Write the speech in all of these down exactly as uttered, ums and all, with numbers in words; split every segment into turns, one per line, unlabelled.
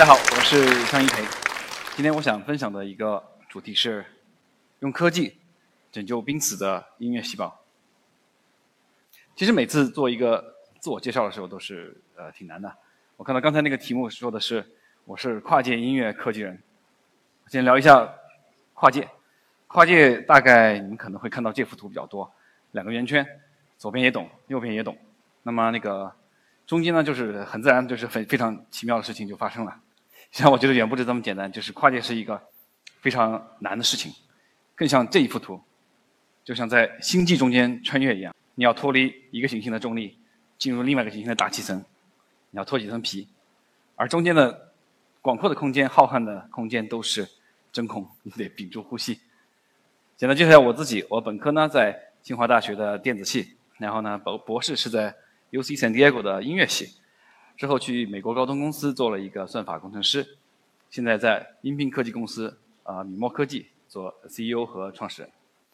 家好，我是张一培。今天我想分享的一个主题是用科技拯救濒死的音乐细胞。其实每次做一个自我介绍的时候都是呃挺难的。我看到刚才那个题目说的是我是跨界音乐科技人。先聊一下跨界。跨界大概你们可能会看到这幅图比较多，两个圆圈，左边也懂，右边也懂。那么那个中间呢，就是很自然，就是非非常奇妙的事情就发生了。像我觉得远不止这么简单，就是跨界是一个非常难的事情，更像这一幅图，就像在星际中间穿越一样，你要脱离一个行星的重力，进入另外一个行星的大气层，你要脱几层皮，而中间的广阔的空间、浩瀚的空间都是真空，你得屏住呼吸。简单介绍一下我自己，我本科呢在清华大学的电子系，然后呢博博士是在 U C San Diego 的音乐系。之后去美国高通公司做了一个算法工程师，现在在音频科技公司啊、呃、米墨科技做 C E O 和创始人。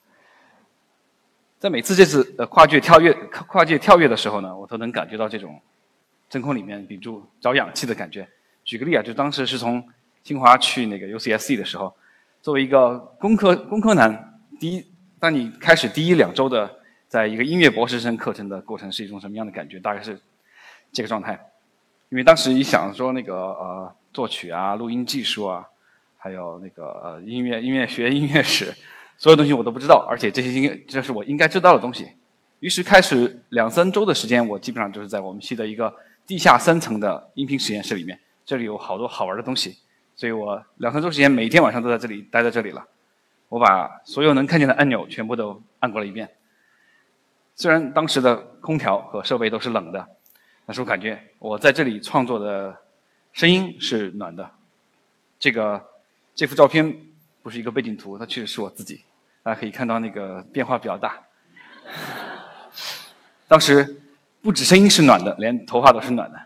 在每次这次呃跨界跳跃跨界跳跃的时候呢，我都能感觉到这种真空里面屏住找氧气的感觉。举个例啊，就当时是从清华去那个 U C S C 的时候，作为一个工科工科男，第一，当你开始第一两周的在一个音乐博士生课程的过程是一种什么样的感觉？大概是这个状态。因为当时一想说那个呃作曲啊、录音技术啊，还有那个呃音乐音乐学、音乐史，所有东西我都不知道，而且这些应这是我应该知道的东西。于是开始两三周的时间，我基本上就是在我们系的一个地下三层的音频实验室里面，这里有好多好玩的东西，所以我两三周时间每天晚上都在这里待在这里了。我把所有能看见的按钮全部都按过了一遍。虽然当时的空调和设备都是冷的。但是我感觉我在这里创作的声音是暖的。这个这幅照片不是一个背景图，它确实是我自己。大家可以看到那个变化比较大。当时不止声音是暖的，连头发都是暖的。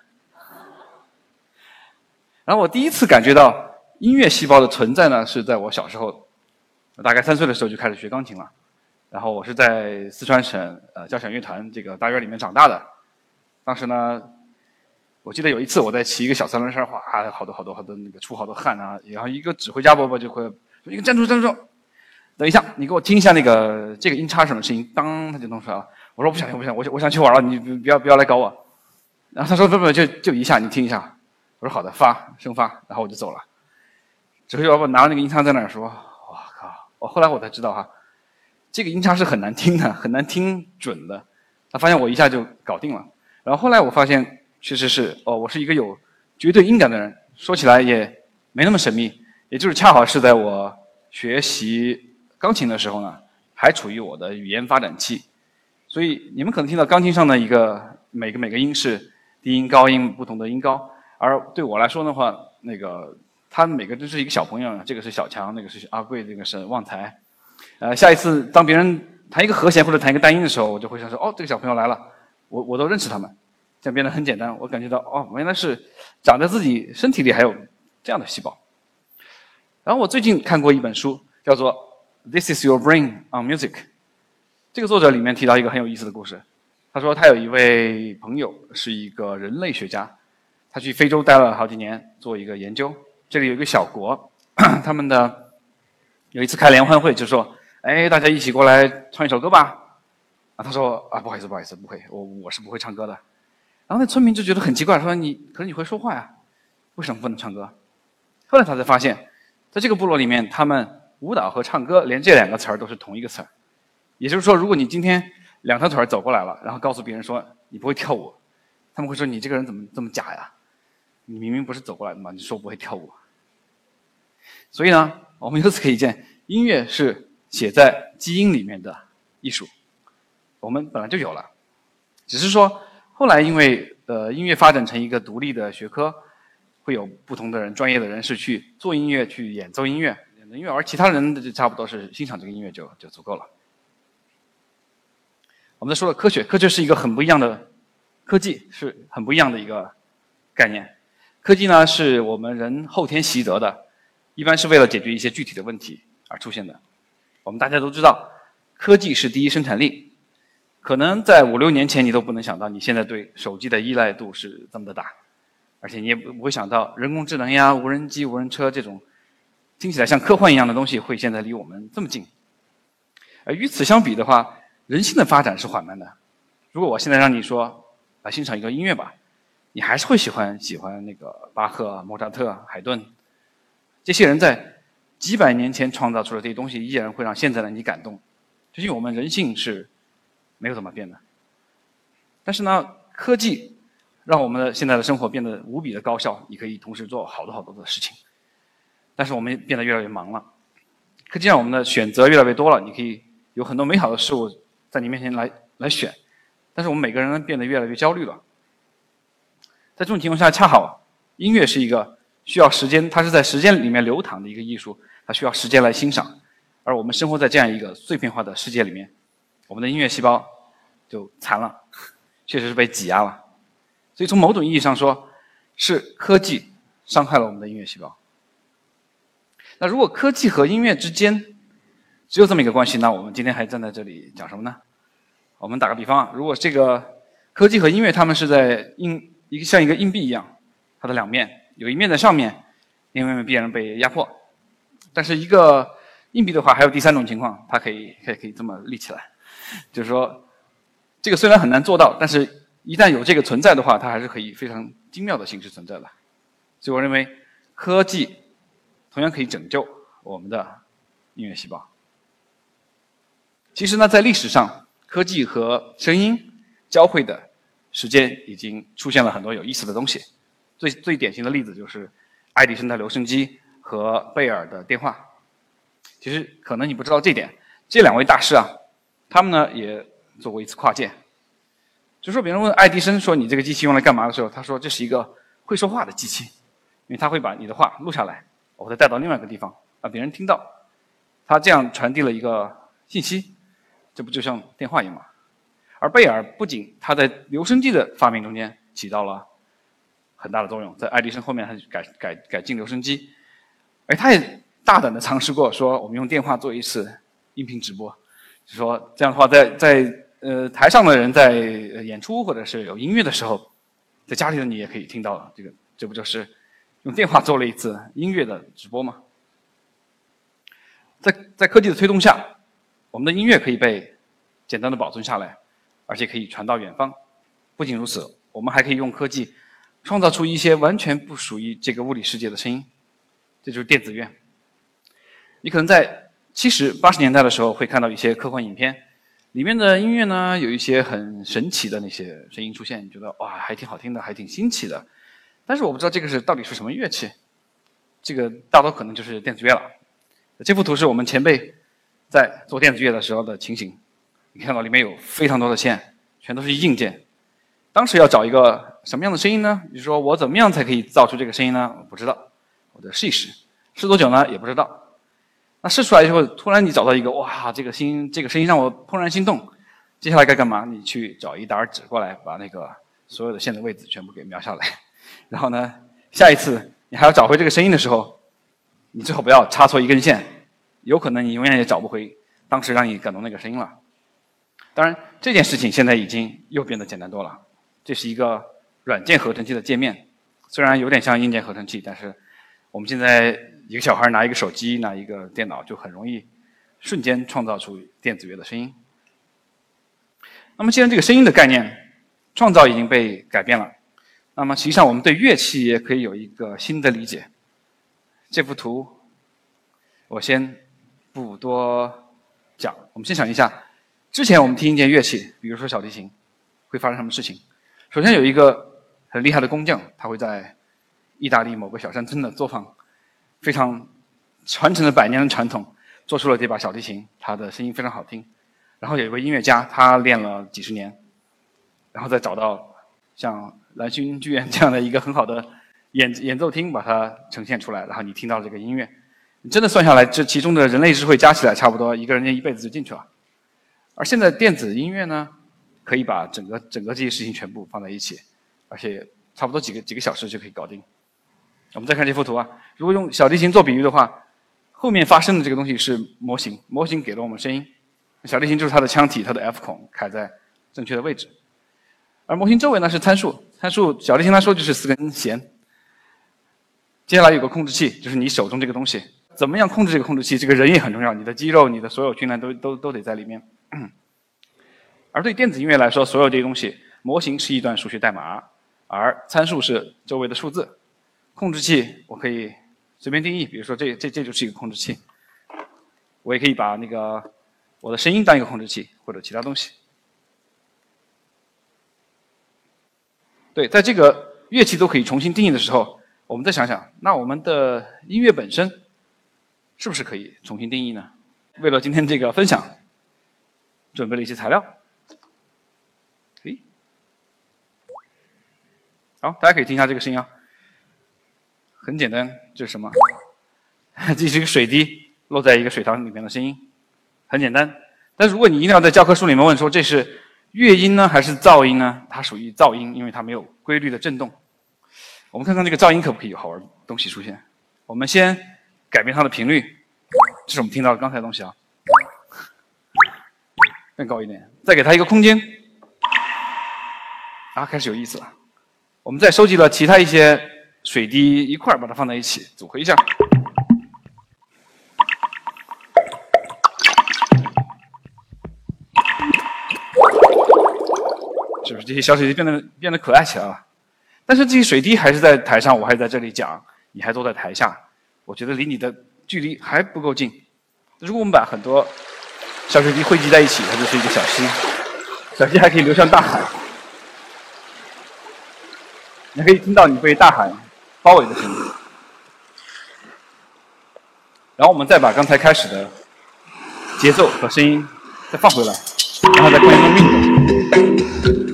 然后我第一次感觉到音乐细胞的存在呢，是在我小时候，我大概三岁的时候就开始学钢琴了。然后我是在四川省呃交响乐团这个大院里面长大的。当时呢，我记得有一次我在骑一个小三轮车，哗，好多好多好多那个出好多汗啊，然后一个指挥家伯伯就会说一个站住站住，等一下，你给我听一下那个这个音叉什么声音，当他就弄出来了。我说不想听不想，我我想去玩了，你不要不要来搞我。然后他说不不就就一下，你听一下。我说好的，发声发，然后我就走了。指挥家伯伯拿了那个音叉在那儿说，我靠！我后来我才知道哈，这个音叉是很难听的，很难听准的。他发现我一下就搞定了。然后后来我发现，确实是哦，我是一个有绝对音感的人，说起来也没那么神秘。也就是恰好是在我学习钢琴的时候呢，还处于我的语言发展期。所以你们可能听到钢琴上的一个每个每个音是低音、高音不同的音高，而对我来说的话，那个他们每个都是一个小朋友，这个是小强，那个是阿贵，这个是旺财。呃，下一次当别人弹一个和弦或者弹一个单音的时候，我就会想说，哦，这个小朋友来了。我我都认识他们，这样变得很简单。我感觉到哦，原来是长在自己身体里还有这样的细胞。然后我最近看过一本书，叫做《This Is Your Brain on Music》。这个作者里面提到一个很有意思的故事。他说他有一位朋友是一个人类学家，他去非洲待了好几年做一个研究。这里有一个小国，他们的有一次开联欢会就说：“哎，大家一起过来唱一首歌吧。”啊，他说啊，不好意思，不好意思，不会，我我是不会唱歌的。然后那村民就觉得很奇怪，说你可是你会说话呀，为什么不能唱歌？后来他才发现，在这个部落里面，他们舞蹈和唱歌连这两个词儿都是同一个词儿。也就是说，如果你今天两条腿走过来了，然后告诉别人说你不会跳舞，他们会说你这个人怎么这么假呀？你明明不是走过来的嘛，你说不会跳舞。所以呢，我们由此可以见，音乐是写在基因里面的艺术。我们本来就有了，只是说后来因为呃音乐发展成一个独立的学科，会有不同的人、专业的人士去做音乐、去演奏音乐、演奏音乐，而其他人就差不多是欣赏这个音乐就就足够了。我们再说了科学，科学是一个很不一样的科技，是很不一样的一个概念。科技呢是我们人后天习得的，一般是为了解决一些具体的问题而出现的。我们大家都知道，科技是第一生产力。可能在五六年前，你都不能想到你现在对手机的依赖度是这么的大。 而且你也不会想到人工智能呀、无人机、无人车这种听起来像科幻一样的东西会现在离我们这么近。而与此相比的话，人性的发展是缓慢的。如果我现在让你说来欣赏一个音乐吧，你还是会喜欢喜欢那个巴赫、莫扎特、海顿这些人在几百年前创造出的这些东西，依然会让现在的你感动，就是因为我们人性是没有怎么变的。但是呢，科技让我们的现在的生活变得无比的高效，你可以同时做好多好多的事情。但是我们变得越来越忙了，科技让我们的选择越来越多了，你可以有很多美好的事物在你面前来来选。但是我们每个人变得越来越焦虑了。在这种情况下，恰好音乐是一个需要时间，它是在时间里面流淌的一个艺术，它需要时间来欣赏。而我们生活在这样一个碎片化的世界里面，我们的音乐细胞就残了，确实是被挤压了。所以从某种意义上说，是科技伤害了我们的音乐细胞。那如果科技和音乐之间只有这么一个关系，那我们今天还站在这里讲什么呢？我们打个比方啊，如果这个科技和音乐它们是在硬一个像一个硬币一样，它的两面有一面在上面，另外一面必然被压迫。但是一个硬币的话，还有第三种情况，它可以可以可以这么立起来，就是说，这个虽然很难做到，但是一旦有这个存在的话，它还是可以非常精妙的形式存在的。所以我认为，科技同样可以拯救我们的音乐细胞。其实呢，在历史上，科技和声音交汇的时间已经出现了很多有意思的东西。最最典型的例子就是爱迪生的留声机和贝尔的电话。其实可能你不知道这点，这两位大师啊，他们呢也做过一次跨界。就说别人问爱迪生说你这个机器用来干嘛的时候，他说这是一个会说话的机器，因为他会把你的话录下来，我再带到另外一个地方让别人听到，他这样传递了一个信息，这不就像电话一样吗？而贝尔不仅他在留声机的发明中间起到了很大的作用，在爱迪生后面他改改改进留声机，而他也大胆的尝试过说我们用电话做一次音频直播，就是说这样的话在在呃台上的人在演出或者是有音乐的时候，在家里的你也可以听到这个，这不就是用电话做了一次音乐的直播吗？在在科技的推动下，我们的音乐可以被简单的保存下来，而且可以传到远方。不仅如此，我们还可以用科技创造出一些完全不属于这个物理世界的声音，这就是电子乐。你可能在七十、八十年代的时候会看到一些科幻影片，里面的音乐呢有一些很神奇的那些声音出现，你觉得哇还挺好听的，还挺新奇的。但是我不知道这个是到底是什么乐器，这个大多可能就是电子乐了。这幅图是我们前辈在做电子乐的时候的情形，你看到里面有非常多的线，全都是硬件。当时要找一个什么样的声音呢？你说我怎么样才可以造出这个声音呢？我不知道，我得试一试，试多久呢？也不知道。那试出来之后，突然你找到一个，哇，这个声音，这个声音让我怦然心动。接下来该干嘛？你去找一沓纸过来，把那个所有的线的位置全部给描下来。然后呢，下一次你还要找回这个声音的时候，你最好不要插错一根线，有可能你永远也找不回当时让你感动那个声音了。当然，这件事情现在已经又变得简单多了。这是一个软件合成器的界面，虽然有点像硬件合成器，但是我们现在一个小孩拿一个手机，拿一个电脑，就很容易瞬间创造出电子乐的声音。那么既然这个声音的概念创造已经被改变了，那么实际上我们对乐器也可以有一个新的理解。这幅图我先不多讲，我们先想一下，之前我们听一件乐器，比如说小提琴，会发生什么事情？首先有一个很厉害的工匠，他会在意大利某个小山村的作坊，非常传承了百年的传统，做出了这把小提琴，它的声音非常好听。然后有一位音乐家，他练了几十年，然后再找到像蓝薰剧院这样的一个很好的演演奏厅，把它呈现出来，然后你听到这个音乐，你真的算下来，这其中的人类智慧加起来，差不多一个人一辈子就进去了。而现在电子音乐呢，可以把整个整个这些事情全部放在一起，而且差不多几个几个小时就可以搞定。我们再看这幅图啊，如果用小提琴做比喻的话，后面发生的这个东西是模型，模型给了我们声音，小提琴就是它的腔体，它的 F 孔开在正确的位置，而模型周围呢是参数，参数小提琴来说就是四根弦， 接下来有个控制器，就是你手中这个东西，怎么样控制这个控制器？这个人也很重要，你的肌肉、你的所有训练都都都得在里面。而对电子音乐来说，所有这些东西，模型是一段数学代码，而参数是周围的数字。控制器我可以随便定义，比如说这这这就是一个控制器，我也可以把那个我的声音当一个控制器，或者其他东西。对，在这个乐器都可以重新定义的时候，我们再想想，那我们的音乐本身是不是可以重新定义呢？为了今天这个分享，准备了一些材料。诶，好，大家可以听一下这个声音啊，很简单，这是什么？这是一个水滴落在一个水塘里面的声音，很简单。但如果你一定要在教科书里面问说这是乐音呢还是噪音呢？它属于噪音，因为它没有规律的振动。我们看看这个噪音可不可以有好玩的东西出现。我们先改变它的频率，这是我们听到的刚才的东西啊，更高一点，再给它一个空间，啊，开始有意思了。我们再收集了其他一些水滴一块儿把它放在一起，组合一下。是不是这些小水滴变得变得可爱起来了？但是这些水滴还是在台上，我还在这里讲，你还坐在台下，我觉得离你的距离还不够近。如果我们把很多小水滴汇集在一起，它就是一个小溪，小溪还可以流向大海，你可以听到你被大海包围的声音。然后我们再把刚才开始的节奏和声音再放回来，然后再看一个运动。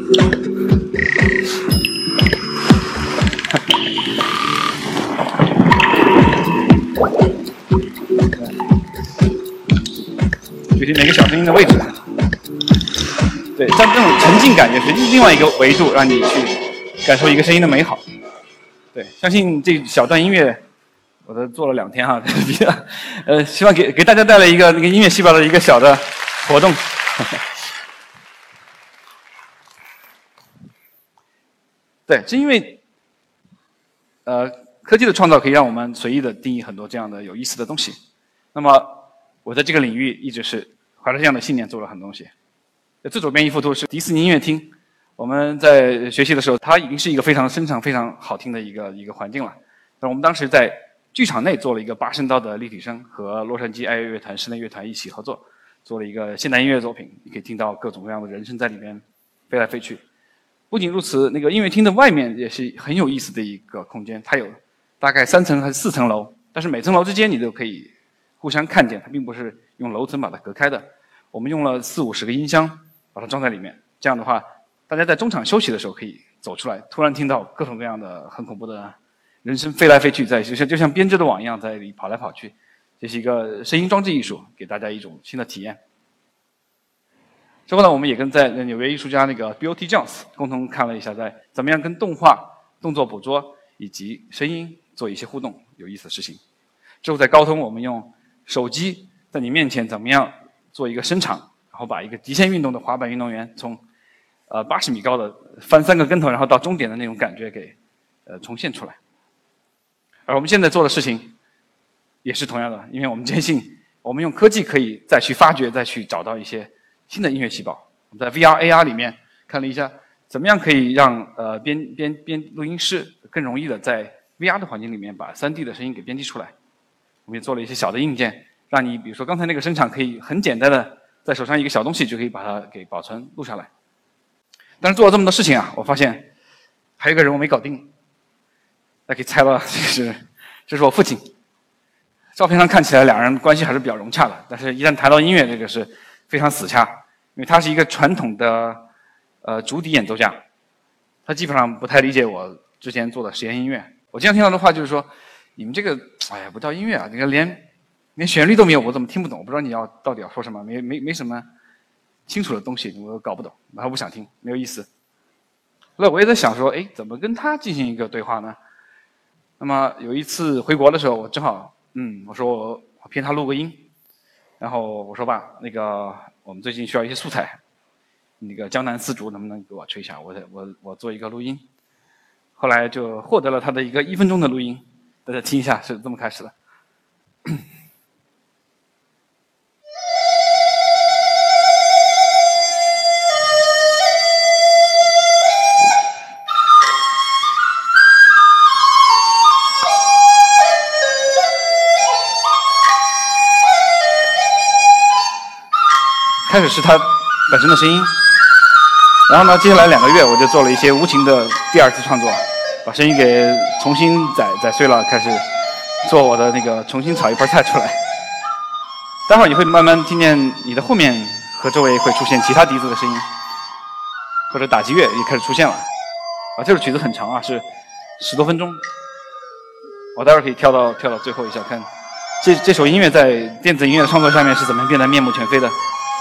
具体每个小声音的位置，对，像这种沉浸感也是另外一个维度，让你去感受一个声音的美好。对，相信这小段音乐，我都做了两天哈，呃，希望给给大家带来一个那个音乐细胞的一个小的活动。对，是因为，呃，科技的创造可以让我们随意的定义很多这样的有意思的东西。那么，我在这个领域一直是怀着这样的信念做了很多东西。最左边一幅图是迪士尼音乐厅，我们在学习的时候，它已经是一个非常声场、非常好听的一个一个环境了。那我们当时在剧场内做了一个八声道的立体声，和洛杉矶爱乐乐团室内乐团一起合作，做了一个现代音乐作品。你可以听到各种各样的人声在里面飞来飞去。不仅如此，那个音乐厅的外面也是很有意思的一个空间，它有大概三层还是四层楼，但是每层楼之间你都可以互相看见，它并不是用楼层把它隔开的。我们用了四五十个音箱把它装在里面，这样的话，大家在中场休息的时候可以走出来，突然听到各种各样的很恐怖的人声飞来飞去，在就像就像编织的网一样在里跑来跑去。这是一个声音装置艺术，给大家一种新的体验。之后呢，我们也跟在纽约艺术家那个 B O T Jones 共同看了一下，在怎么样跟动画、动作捕捉以及声音做一些互动有意思的事情。之后在高通，我们用手机在你面前怎么样做一个声场，然后把一个极限运动的滑板运动员从呃八十米高的翻三个跟头，然后到终点的那种感觉给呃重现出来。而我们现在做的事情也是同样的，因为我们坚信我们用科技可以再去发掘、再去找到一些新的音乐细胞。我们在 V R A R 里面看了一下，怎么样可以让呃编编编录音师更容易的在 V R 的环境里面把 三 D 的声音给编辑出来。我们也做了一些小的硬件，让你比如说刚才那个声场可以很简单的在手上一个小东西就可以把它给保存录下来。但是做了这么多事情啊，我发现还有一个人我没搞定。大家可以猜到，这是这是我父亲。照片上看起来两人关系还是比较融洽的，但是一旦谈到音乐，这个是非常死掐，因为他是一个传统的呃竹笛演奏家，他基本上不太理解我之前做的实验音乐。我经常听到的话就是说，你们这个哎呀不叫音乐啊，这个连连旋律都没有，我怎么听不懂？我不知道你要到底要说什么，没没没什么清楚的东西，我搞不懂，我还不想听，没有意思。后来我也在想说，哎，怎么跟他进行一个对话呢？那么有一次回国的时候，我正好，嗯，我说我我骗他录个音，然后我说吧，那个我们最近需要一些素材，那个江南丝竹能不能给我吹一下？我我我做一个录音。后来就获得了他的一个一分钟的录音， 大家听一下，是这么开始的。开始是它本身的声音，然后呢，接下来两个月我就做了一些无情的第二次创作，把声音给重新宰宰碎了，开始做我的那个重新炒一盘菜出来。待会儿你会慢慢听见你的后面和周围会出现其他笛子的声音，或者打击乐也开始出现了。啊，这首曲子很长啊，是十多分钟。我待会儿可以跳到跳到最后一下，看这这首音乐在电子音乐的创作下面是怎么变得面目全非的。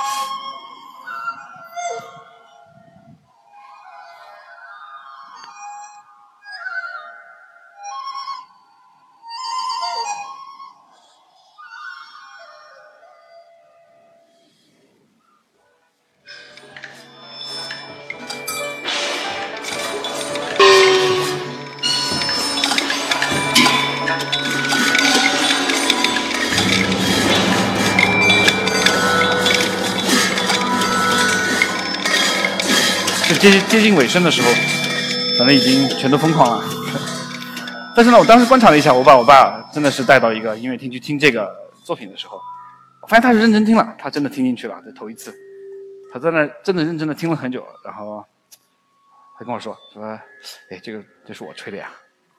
接接近尾声的时候，反正已经全都疯狂了。但是呢，我当时观察了一下，我把我爸真的是带到一个音乐厅去听这个作品的时候，我发现他是认真听了，他真的听进去了，这头一次，他在那真的认真的听了很久，然后他跟我说说，哎，这个这是我吹的呀，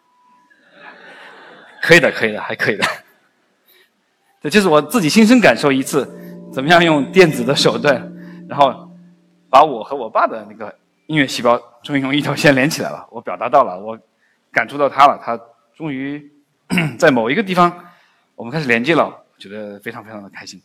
可以的，可以的，还可以的。这就是我自己亲身感受一次，怎么样用电子的手段，然后把我和我爸的那个音乐细胞终于用一条线连起来了，我表达到了，我感触到他了，他终于在某一个地方我们开始连接了，我觉得非常非常的开心。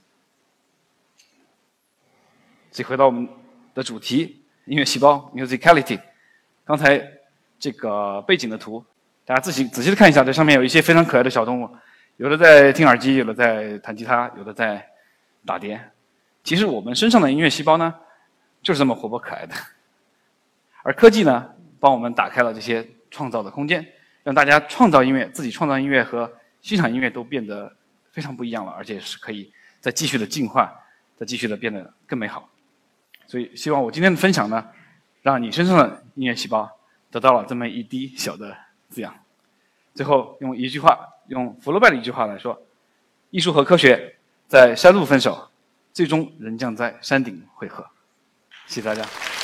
所以回到我们的主题，音乐细胞 musicality， 刚才这个背景的图大家自己仔细的看一下，这上面有一些非常可爱的小动物，有的在听耳机，有的在弹吉他，有的在打碟。其实我们身上的音乐细胞呢就是这么活泼可爱的，而科技呢，帮我们打开了这些创造的空间，让大家创造音乐，自己创造音乐和欣赏音乐都变得非常不一样了，而且是可以再继续的进化，再继续的变得更美好。所以，希望我今天的分享呢，让你身上的音乐细胞得到了这么一滴小的滋养。最后，用一句话，用福楼拜的一句话来说：艺术和科学在山路分手，最终仍将在山顶汇合。谢谢大家。